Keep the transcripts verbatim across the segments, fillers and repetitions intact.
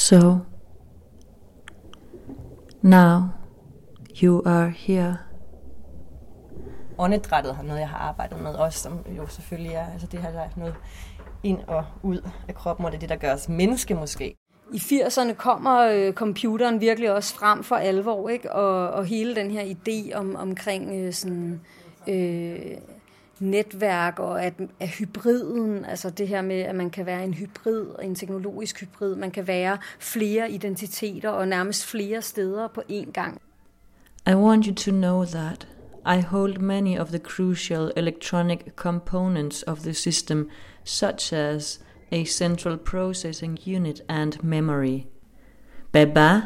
So, now you are here. Åndedrættet har noget, jeg har arbejdet med også, som jo selvfølgelig er, altså det her der er noget ind og ud af kroppen, og det er det, der gør os menneske måske. I firserne kommer øh, computeren virkelig også frem for alvor, ikke? Og, og hele den her idé om, omkring øh, sådan, øh, netværk og at, at hybriden, altså det her med, at man kan være en hybrid, en teknologisk hybrid, man kan være flere identiteter og nærmest flere steder på én gang. I want you to know that I hold many of the crucial electronic components of the system, such as a central processing unit and memory. Baba?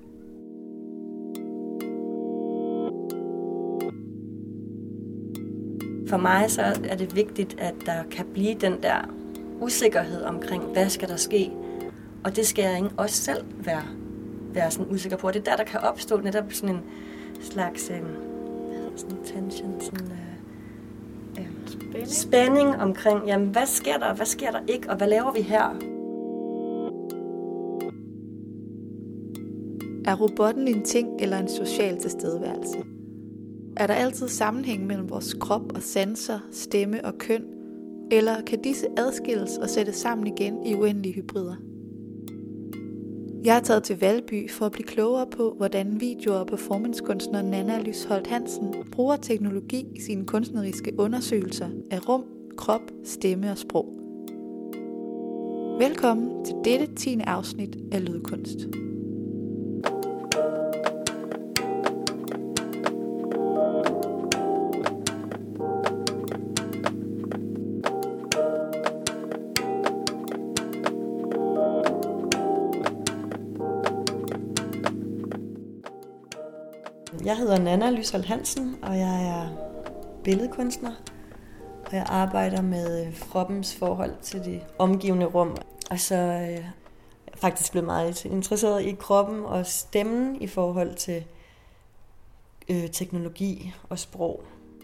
For mig så er det vigtigt, at der kan blive den der usikkerhed omkring, hvad skal der ske? Og det skal jeg også selv være, være sådan usikker på. Og det er der, der kan opstå netop sådan en slags øh, sådan tension, sådan, øh, øh, spænding. spænding omkring, jamen, hvad sker der, hvad sker der ikke, og hvad laver vi her? Er robotten en ting eller en social tilstedeværelse? Er der altid sammenhæng mellem vores krop og sanser, stemme og køn? Eller kan disse adskilles og sættes sammen igen i uendelige hybrider? Jeg er taget til Valby for at blive klogere på, hvordan video- og performancekunstner Nanna Lysholdt Hansen bruger teknologi i sine kunstneriske undersøgelser af rum, krop, stemme og sprog. Velkommen til dette tiende afsnit af Lydkunst. Jeg hedder Nanna Lysholdt Hansen, og jeg er billedkunstner, og jeg arbejder med kroppens forhold til det omgivende rum. Og så er jeg faktisk blevet meget interesseret i kroppen og stemmen i forhold til øh, teknologi og sprog.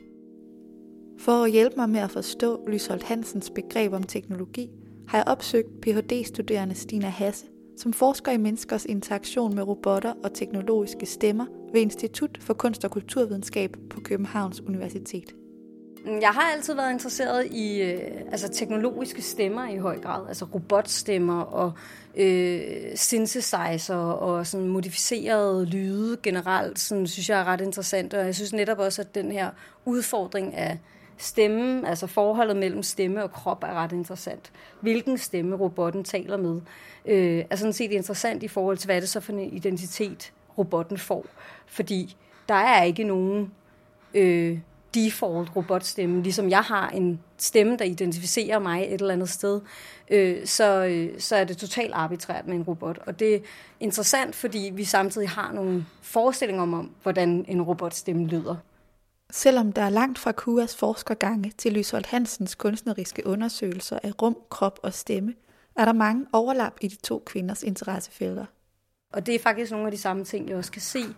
For at hjælpe mig med at forstå Lysholdt Hansens begreb om teknologi, har jeg opsøgt P H D-studerende Stina Hasse, som forsker i menneskers interaktion med robotter og teknologiske stemmer ved Institut for Kunst- og Kulturvidenskab på Københavns Universitet. Jeg har altid været interesseret i øh, altså teknologiske stemmer i høj grad, altså robotstemmer og øh, synthesizer og sådan modificerede lyde generelt, sådan, synes jeg er ret interessant, og jeg synes netop også, at den her udfordring af stemmen, altså forholdet mellem stemme og krop er ret interessant. Hvilken stemme robotten taler med, øh, er sådan set interessant i forhold til, hvad er det så for en identitet robotten får, fordi der er ikke nogen øh, default robotstemme, ligesom jeg har en stemme, der identificerer mig et eller andet sted, øh, så, øh, så er det totalt arbitrært med en robot. Og det er interessant, fordi vi samtidig har nogle forestillinger om, om hvordan en robotstemme lyder. Selvom der er langt fra Q A's forskergange til Lysholdt Hansens kunstneriske undersøgelser af rum, krop og stemme, er der mange overlap i de to kvinders interessefelter. Og det er faktisk nogle af de samme ting, jeg også kan se,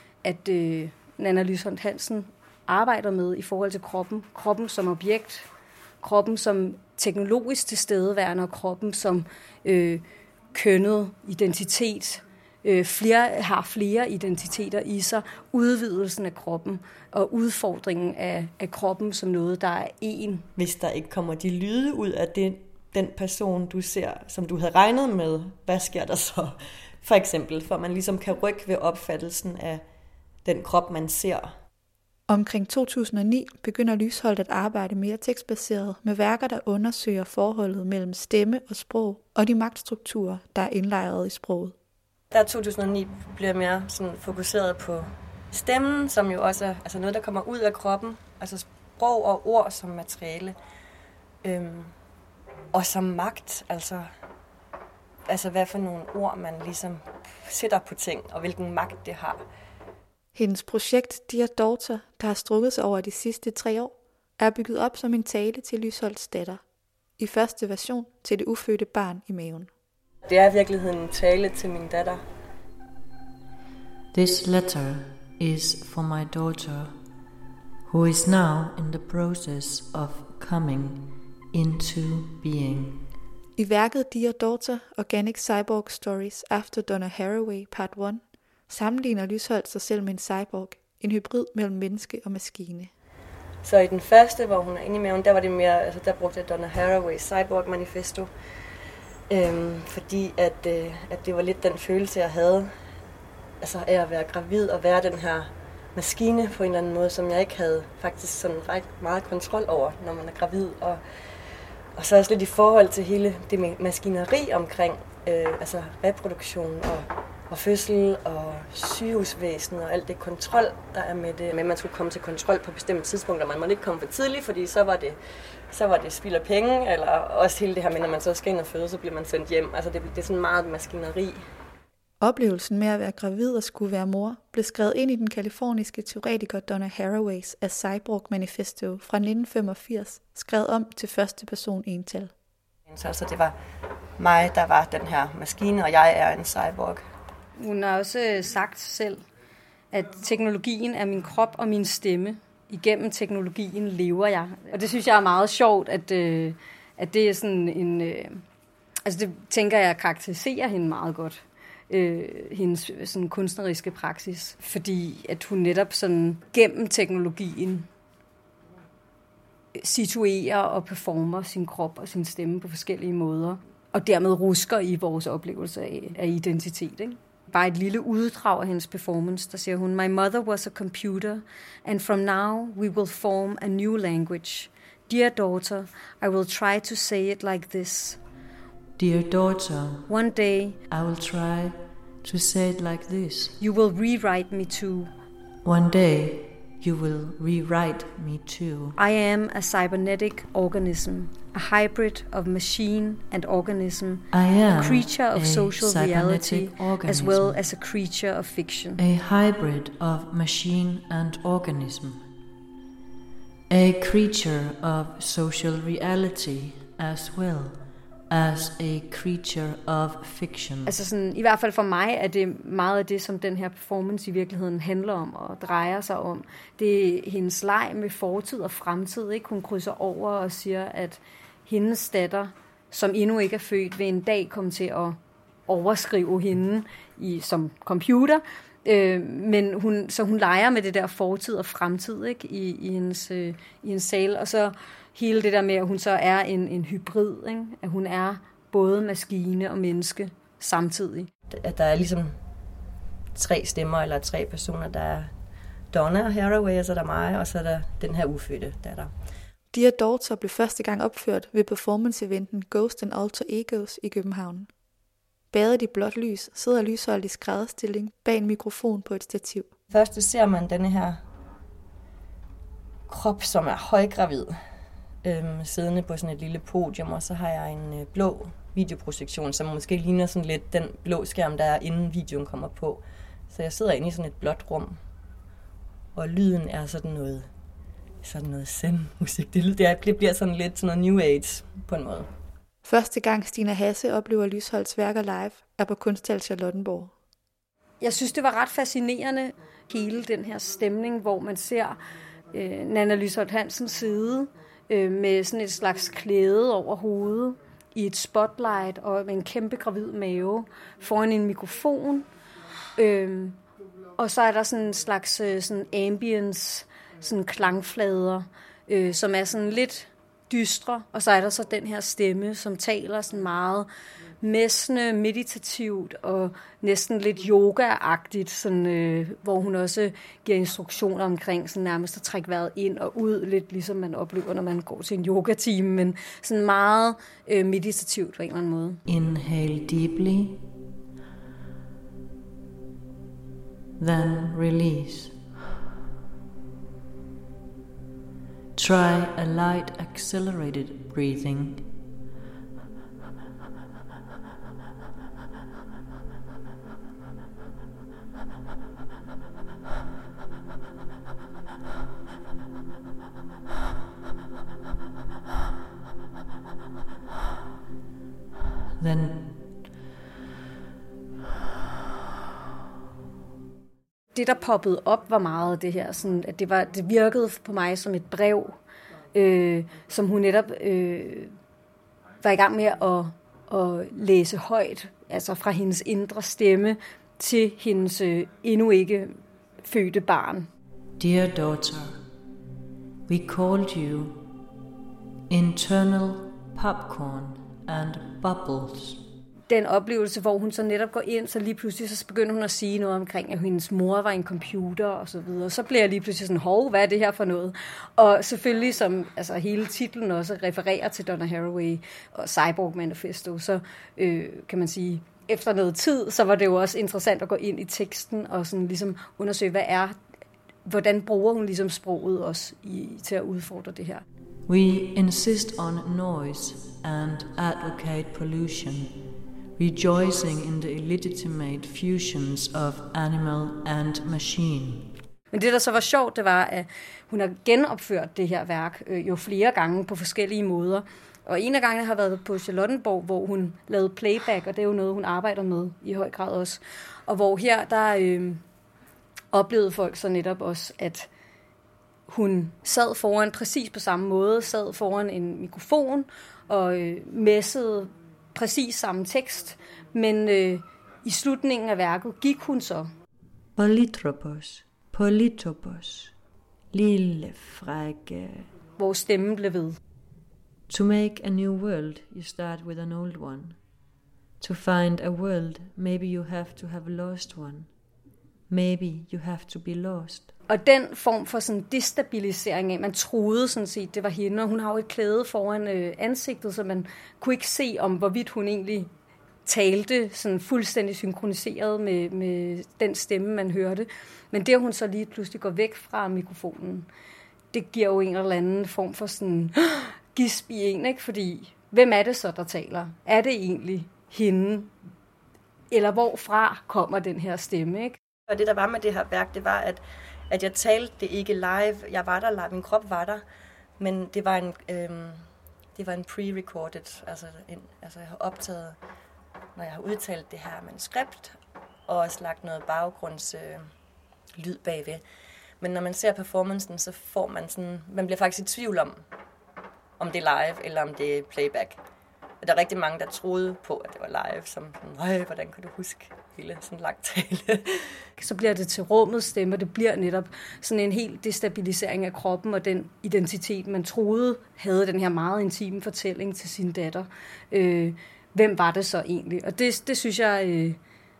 at øh, Nanna Lysholdt Hansen arbejder med i forhold til kroppen. Kroppen som objekt, kroppen som teknologisk tilstedeværende, og kroppen som øh, kønnet identitet. Øh, flere har flere identiteter i sig. Udvidelsen af kroppen og udfordringen af, af kroppen som noget, der er én. Hvis der ikke kommer de lyde ud af det, den person, du ser, som du havde regnet med, hvad sker der så? For eksempel, for man ligesom kan rykke ved opfattelsen af den krop, man ser. Omkring to tusind og ni begynder Lysholdt at arbejde mere tekstbaseret med værker, der undersøger forholdet mellem stemme og sprog og de magtstrukturer, der er indlejret i sproget. Der to tusind og ni bliver mere sådan fokuseret på stemmen, som jo også er altså noget, der kommer ud af kroppen. Altså sprog og ord som materiale. Øhm, og som magt, altså, altså hvad for nogle ord man ligesom sætter på ting, og hvilken magt det har. Hendes projekt Dear Daughter, der har strukket sig over de sidste tre år, er bygget op som en tale til Lysholdts datter. I første version til det ufødte barn i maven. Det er i virkeligheden en tale til min datter. This letter is for my daughter, who is now in the process of coming into being. I værket Dear Daughter, Organic Cyborg Stories After Donna Haraway, part et, sammenligner Lysholdt sig selv med en cyborg, en hybrid mellem menneske og maskine. Så i den første, hvor hun er inde i maven, der var det mere, altså der brugte jeg Donna Haraway Cyborg Manifesto, øhm, fordi at, øh, at det var lidt den følelse, jeg havde, altså af at være gravid og være den her maskine på en eller anden måde, som jeg ikke havde faktisk sådan ret meget kontrol over, når man er gravid. Og, og så også lidt i forhold til hele det maskineri omkring øh, altså reproduktion og, og fødsel og sygehusvæsen og alt det kontrol, der er med det. Men man skulle komme til kontrol på bestemte tidspunkter, man måtte ikke komme for tidligt, fordi så var det, så var det spild af penge, eller også hele det her med, når man så skal ind og føde, så bliver man sendt hjem. Altså det, det er sådan meget maskineri. Oplevelsen med at være gravid og skulle være mor blev skrevet ind i den kaliforniske teoretiker Donna Haraways A Cyborg Manifesto fra nitten femogfirs, skrevet om til første person ental. Så altså, det var mig, der var den her maskine, og jeg er en cyborg. Hun har også sagt selv, at teknologien er min krop og min stemme. Igennem teknologien lever jeg. Og det synes jeg er meget sjovt, at, øh, at det er sådan en... Øh, altså det tænker jeg karakteriserer hende meget godt. Øh, hendes sådan kunstneriske praksis, fordi at hun netop sådan gennem teknologien situerer og performer sin krop og sin stemme på forskellige måder, og dermed rusker i vores oplevelse af, af identitet. Ikke? Bare et lille uddrag af hendes performance, der siger hun, My mother was a computer, and from now we will form a new language. Dear daughter, I will try to say it like this. Dear daughter, one day I will try to say it like this. You will rewrite me too. One day you will rewrite me too. I am a cybernetic organism, a hybrid of machine and organism, I am a creature of a social reality organism, as well as a creature of fiction. A hybrid of machine and organism. A creature of social reality as well as a creature of fiction. Altså sådan, i hvert fald for mig er det meget af det, som den her performance i virkeligheden handler om og drejer sig om. Det er hendes leg med fortid og fremtid. Ikke? Hun krydser over og siger, at hendes datter, som endnu ikke er født, vil en dag komme til at overskrive hende i, som computer. Øh, men hun, så hun leger med det der fortid og fremtid, ikke? I, i, hendes, øh, i hendes sale. Og så hele det der med, at hun så er en, en hybrid, ikke? At hun er både maskine og menneske samtidig. At der er ligesom tre stemmer eller tre personer. Der er Donna Haraway, og så er der mig, og så er der den her ufødte datter. Dear Daughter blev første gang opført ved performance-eventen Ghost and Alter Egos i København. Badet i blåt lys sidder Lysholdt i skrædderstilling bag en mikrofon på et stativ. Først ser man denne her krop, som er højgravid, øhm, siddende på sådan et lille podium, og så har jeg en øh, blå videoprojektion, som måske ligner sådan lidt den blå skærm, der er, inden videoen kommer på. Så jeg sidder inde i sådan et blåt rum, og lyden er sådan noget, sådan noget zen-musik. Det, det bliver sådan lidt sådan noget new age på en måde. Første gang Stina Hasse oplever Lysholdts værker live, er på Kunsthal Charlottenborg. Jeg synes, det var ret fascinerende, hele den her stemning, hvor man ser øh, Nanna Lysholdt Hansen sidde øh, med sådan et slags klæde over hovedet, i et spotlight og med en kæmpe gravid mave, foran en mikrofon. Øh, og så er der sådan en slags øh, sådan ambience, sådan klangflader, øh, som er sådan lidt dystre, og så er der så den her stemme, som taler sådan meget messende, meditativt og næsten lidt yoga-agtigt, sådan, øh, hvor hun også giver instruktioner omkring sådan nærmest at trække vejret ind og ud, lidt ligesom man oplever, når man går til en yoga-time, men sådan meget øh, meditativt på en eller anden måde. Inhale deeply, then release. Try a light accelerated breathing. Then det, der poppede op, var meget af det her, sådan, at det, var, det virkede på mig som et brev, øh, som hun netop øh, var i gang med at at læse højt, altså fra hendes indre stemme til hendes øh, endnu ikke fødte barn. Dear daughter, we called you internal popcorn and bubbles. Den oplevelse, hvor hun så netop går ind, så lige pludselig så begynder hun at sige noget omkring, at hendes mor var en computer og så videre. Så bliver jeg lige pludselig sådan, hov, hvad er det her for noget? Og selvfølgelig, som altså, hele titlen også refererer til Donna Haraway og Cyborg Manifesto, så øh, kan man sige, efter noget tid, så var det jo også interessant at gå ind i teksten og sådan ligesom undersøge, hvad er, hvordan bruger hun ligesom sproget også i, til at udfordre det her. We insist on noise and advocate pollution, rejoicing in the illegitimate fusions of animal and machine. Men det, der så var sjovt, det var, at hun har genopført det her værk øh, jo flere gange på forskellige måder. Og en af gangene har været på Charlottenborg, hvor hun lavede playback, og det er jo noget, hun arbejder med i høj grad også. Og hvor her, der øh, oplevede folk så netop også, at hun sad foran præcis på samme måde, sad foran en mikrofon og øh, messede præcis samme tekst, men øh, i slutningen af værket gik hun så. Polytropos, polytopos, lille frække. Hvor stemmen blev ved. To make a new world, you start with an old one. To find a world, maybe you have to have lost one. Maybe you have to be lost. Og den form for sådan destabilisering af, man troede sådan set, det var hende, og hun har jo et klæde foran øh, ansigtet, så man kunne ikke se, om hvorvidt hun egentlig talte sådan fuldstændig synkroniseret med, med den stemme, man hørte. Men det, at hun så lige pludselig går væk fra mikrofonen, det giver jo en eller anden form for sådan gisp i en, ikke? Fordi hvem er det så, der taler? Er det egentlig hende? Eller hvorfra kommer den her stemme, ikke? Og det, der var med det her værk, det var, at, at jeg talte det ikke live. Jeg var der live, min krop var der, men det var en, øhm, det var en pre-recorded, altså, en, altså jeg har optaget, når jeg har udtalt det her manuskript, og også lagt noget baggrundslyd øh, lyd bagved. Men når man ser performancen, så får man sådan, man bliver faktisk i tvivl om, om det er live, eller om det er playback. Og der er rigtig mange, der troede på, at det var live, som nej, hvordan kan du huske hele sådan langt tale? Så bliver det til rummets stemme, og det bliver netop sådan en helt destabilisering af kroppen og den identitet, man troede havde den her meget intime fortælling til sin datter. Øh, hvem var det så egentlig? Og det, det synes jeg øh,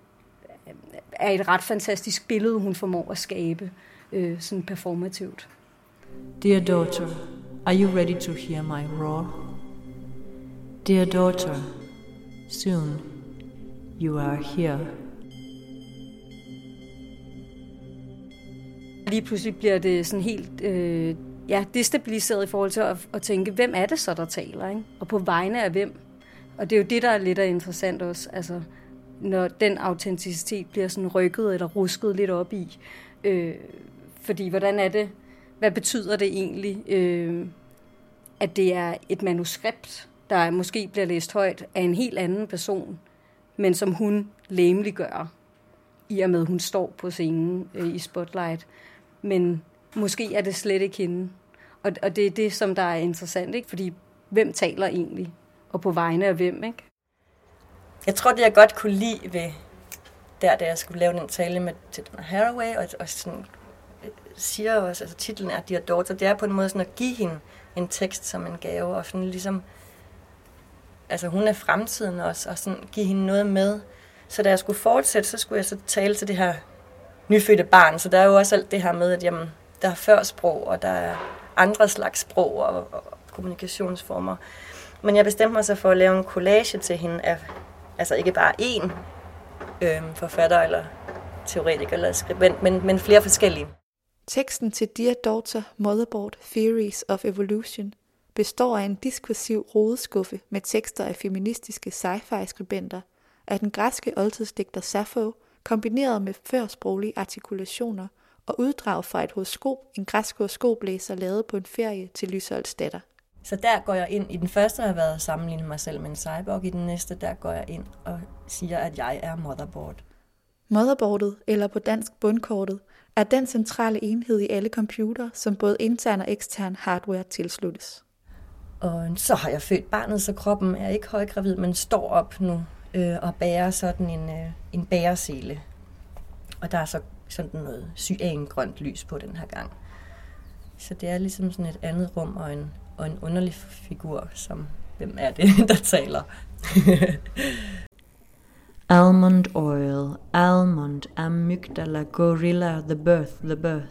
er et ret fantastisk billede, hun formår at skabe øh, sådan performativt. Dear daughter, are you ready to hear my roar? Dear daughter, soon you are here. Lige pludselig bliver det sådan helt øh, ja, destabiliseret i forhold til at, at tænke, hvem er det så, der taler, ikke? Og på vegne af hvem? Og det er jo det, der er lidt interessant også, altså når den autenticitet bliver sådan rykket eller rusket lidt op i. Øh, fordi hvordan er det, hvad betyder det egentlig, øh, at det er et manuskript, der måske bliver læst højt af en helt anden person, men som hun legemliggør, i og med, hun står på scenen øh, i Spotlight. Men måske er det slet ikke hende. Og, og det er det, som der er interessant, ikke? Fordi hvem taler egentlig? Og på vegne af hvem, ikke? Jeg tror, det jeg godt kunne lide ved, der da jeg skulle lave den tale med til Donna Haraway, og, og sådan, siger også, altså titlen er Dear Daughter, det er på en måde sådan at give hende en tekst som en gave, og sådan ligesom, altså hun er fremtiden også, og sådan give hende noget med. Så da jeg skulle fortsætte, så skulle jeg så tale til det her nyfødte barn, så der er jo også alt det her med, at jamen, der er førsprog, og der er andre slags sprog og, og kommunikationsformer. Men jeg bestemte mig så for at lave en collage til hende af, altså ikke bare én øh, forfatter eller teoretiker eller skribent, men, men flere forskellige. Teksten til Dear Daughter, Motherboard, Theories of Evolution består af en diskursiv rodeskuffe med tekster af feministiske sci-fi-skribenter, af den græske oldtidsdigter Sappho, kombineret med førsproglige artikulationer og uddrag fra et horoskop, en græsk horoskoplæser lavede på en ferie til Lysholts datter. Så der går jeg ind, i den første har jeg været sammenlignet mig selv med en cyborg, i den næste der går jeg ind og siger, at jeg er motherboard. Motherboardet, eller på dansk bundkortet, er den centrale enhed i alle computere, som både intern og ekstern hardware tilsluttes. Og så har jeg født barnet, så kroppen er ikke højgravid, men står op nu øh, og bærer sådan en, øh, en bæresele. Og der er så sådan noget cyangrønt lys på den her gang. Så det er ligesom sådan et andet rum og en, og en underlig figur, som hvem er det, der taler. Almond oil, almond, amygdala, gorilla, the birth, the birth.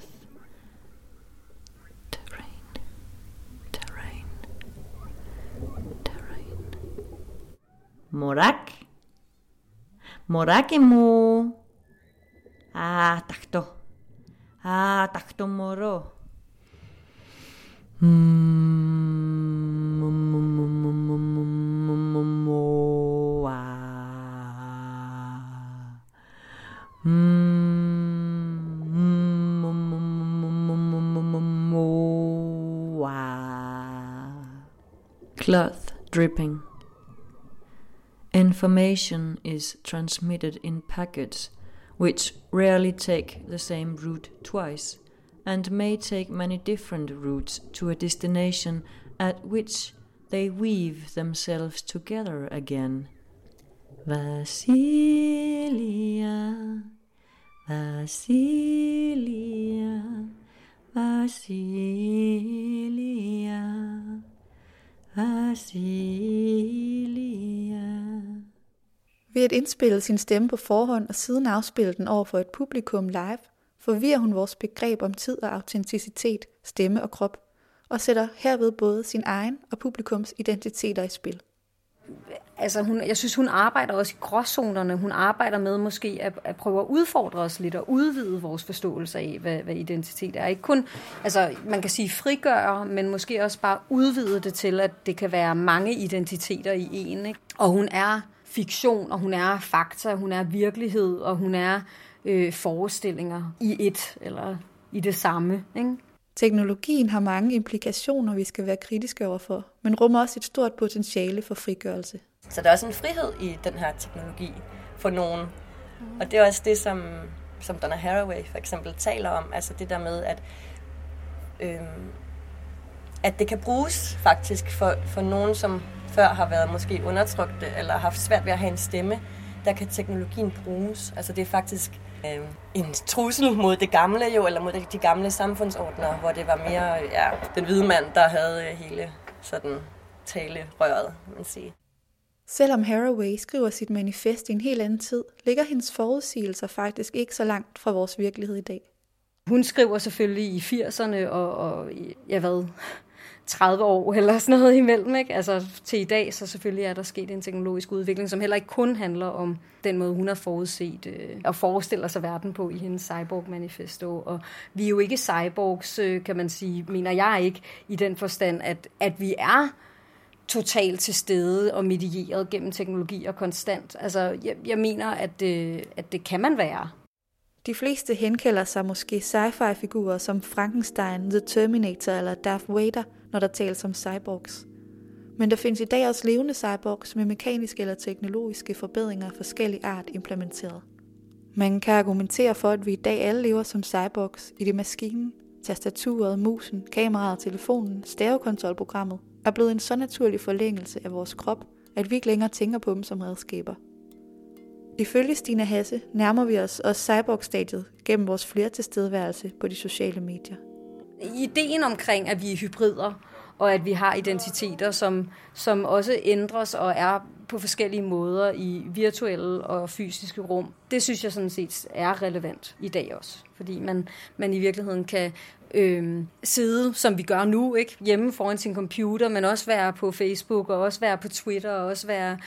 Terrain, terrain, terrain. Morak, morakimu. Ah, takto, ah, takto moro. Cloth dripping. Information is transmitted in packets which rarely take the same route twice and may take many different routes to a destination at which they weave themselves together again. Vasilia, Vasilia, Vasilia, Vasilia. Ved at indspille sin stemme på forhånd og siden afspille den over for et publikum live, forvirrer hun vores begreb om tid og autenticitet, stemme og krop, og sætter herved både sin egen og publikums identiteter i spil. Altså hun, jeg synes, hun arbejder også i gråzonerne. Hun arbejder med måske at, at prøve at udfordre os lidt og udvide vores forståelse af, hvad, hvad identitet er. Ikke kun, altså man kan sige frigøre, men måske også bare udvide det til, at det kan være mange identiteter i en. Ikke? Og hun er fiktion, og hun er fakta, hun er virkelighed, og hun er øh, forestillinger i et, eller i det samme. Ikke? Teknologien har mange implikationer, vi skal være kritiske overfor, men rummer også et stort potentiale for frigørelse. Så der er også en frihed i den her teknologi for nogen. Mm. Og det er også det, som, som Donna Haraway for eksempel taler om. Altså det der med, at, øhm, at det kan bruges faktisk for, for nogen, som før har været måske undertrykte eller haft svært ved at have en stemme. Der kan teknologien bruges. Altså det er faktisk øh, en trussel mod det gamle jo, eller mod de gamle samfundsordner, hvor det var mere ja, den hvide mand, der havde hele sådan talerøret, kan man sige. Selvom Haraway skriver sit manifest i en helt anden tid, ligger hendes forudsigelser faktisk ikke så langt fra vores virkelighed i dag. Hun skriver selvfølgelig i firserne og, og jeg ved, tredive år eller sådan noget imellem, ikke? Altså til i dag, så selvfølgelig er der sket en teknologisk udvikling, som heller ikke kun handler om den måde, hun har forudset øh, og forestiller sig verden på i hendes Cyborg-manifesto. Og vi er jo ikke cyborgs, øh, kan man sige, mener jeg ikke, i den forstand, at, at vi er totalt til stede og medieret gennem teknologi og konstant. Altså, jeg, jeg mener, at, øh, at det kan man være. De fleste henkalder sig måske sci-fi-figurer som Frankenstein, The Terminator eller Darth Vader, når der tales om cyborgs. Men der findes i dag også levende cyborgs med mekaniske eller teknologiske forbedringer af forskellige art implementeret. Man kan argumentere for, at vi i dag alle lever som cyborgs i det maskinen, tastaturet, musen, kameraet, telefonen, stavekontrolprogrammet er blevet en så naturlig forlængelse af vores krop, at vi ikke længere tænker på dem som redskaber. Ifølge Stina Hasse nærmer vi os også cyborg-stadiet gennem vores flertilstedeværelse på de sociale medier. Ideen omkring, at vi er hybrider, og at vi har identiteter, som, som også ændres og er på forskellige måder i virtuelle og fysiske rum, det synes jeg sådan set er relevant i dag også. Fordi man, man i virkeligheden kan øh, sidde, som vi gør nu, ikke, hjemme foran sin computer, men også være på Facebook, og også være på Twitter, og også være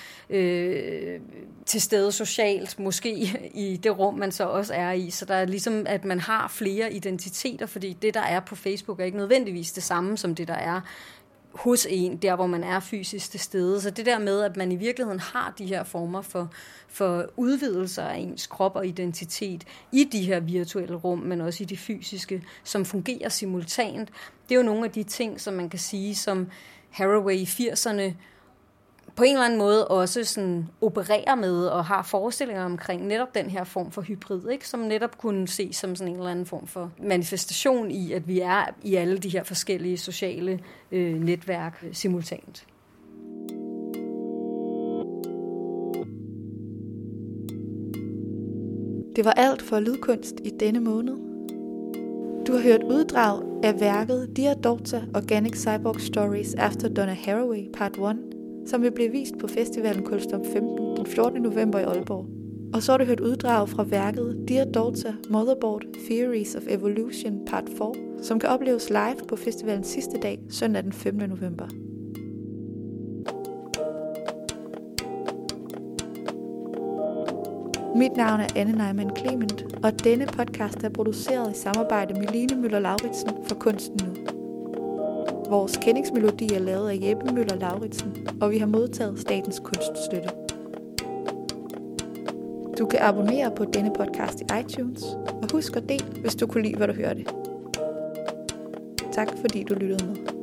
øh, til stede socialt, måske i det rum, man så også er i. Så der er ligesom, at man har flere identiteter, fordi det, der er på Facebook, er ikke nødvendigvis det samme, som det, der er hos en, der hvor man er fysisk til stede. Så det der med, at man i virkeligheden har de her former for, for udvidelser af ens krop og identitet i de her virtuelle rum, men også i de fysiske, som fungerer simultant, det er jo nogle af de ting, som man kan sige, som Haraway i firserne på en eller anden måde også sådan opererer med og har forestillinger omkring netop den her form for hybrid, ikke? Som netop kunne ses som sådan en eller anden form for manifestation i, at vi er i alle de her forskellige sociale øh, netværk øh, simultant. Det var alt for lydkunst i denne måned. Du har hørt uddrag af værket Dear Daughter Organic Cyborg Stories After Donna Haraway Part et, som vil blive vist på festivalen Kulstom femten den fjortende november i Aalborg. Og så har du hørt uddrag fra værket Dear Daughter Motherboard Theories of Evolution Part fire, som kan opleves live på festivalens sidste dag, søndag den femte november. Mit navn er Anne Neumann Clement, og denne podcast er produceret i samarbejde med Line Møller Lauritsen for Kunsten Nu. Vores kendingsmelodi er lavet af Jeppe Møller Lauritsen, og vi har modtaget statens kunststøtte. Du kan abonnere på denne podcast i iTunes, og husk at del, hvis du kunne lide, hvad du hørte. Tak fordi du lyttede med.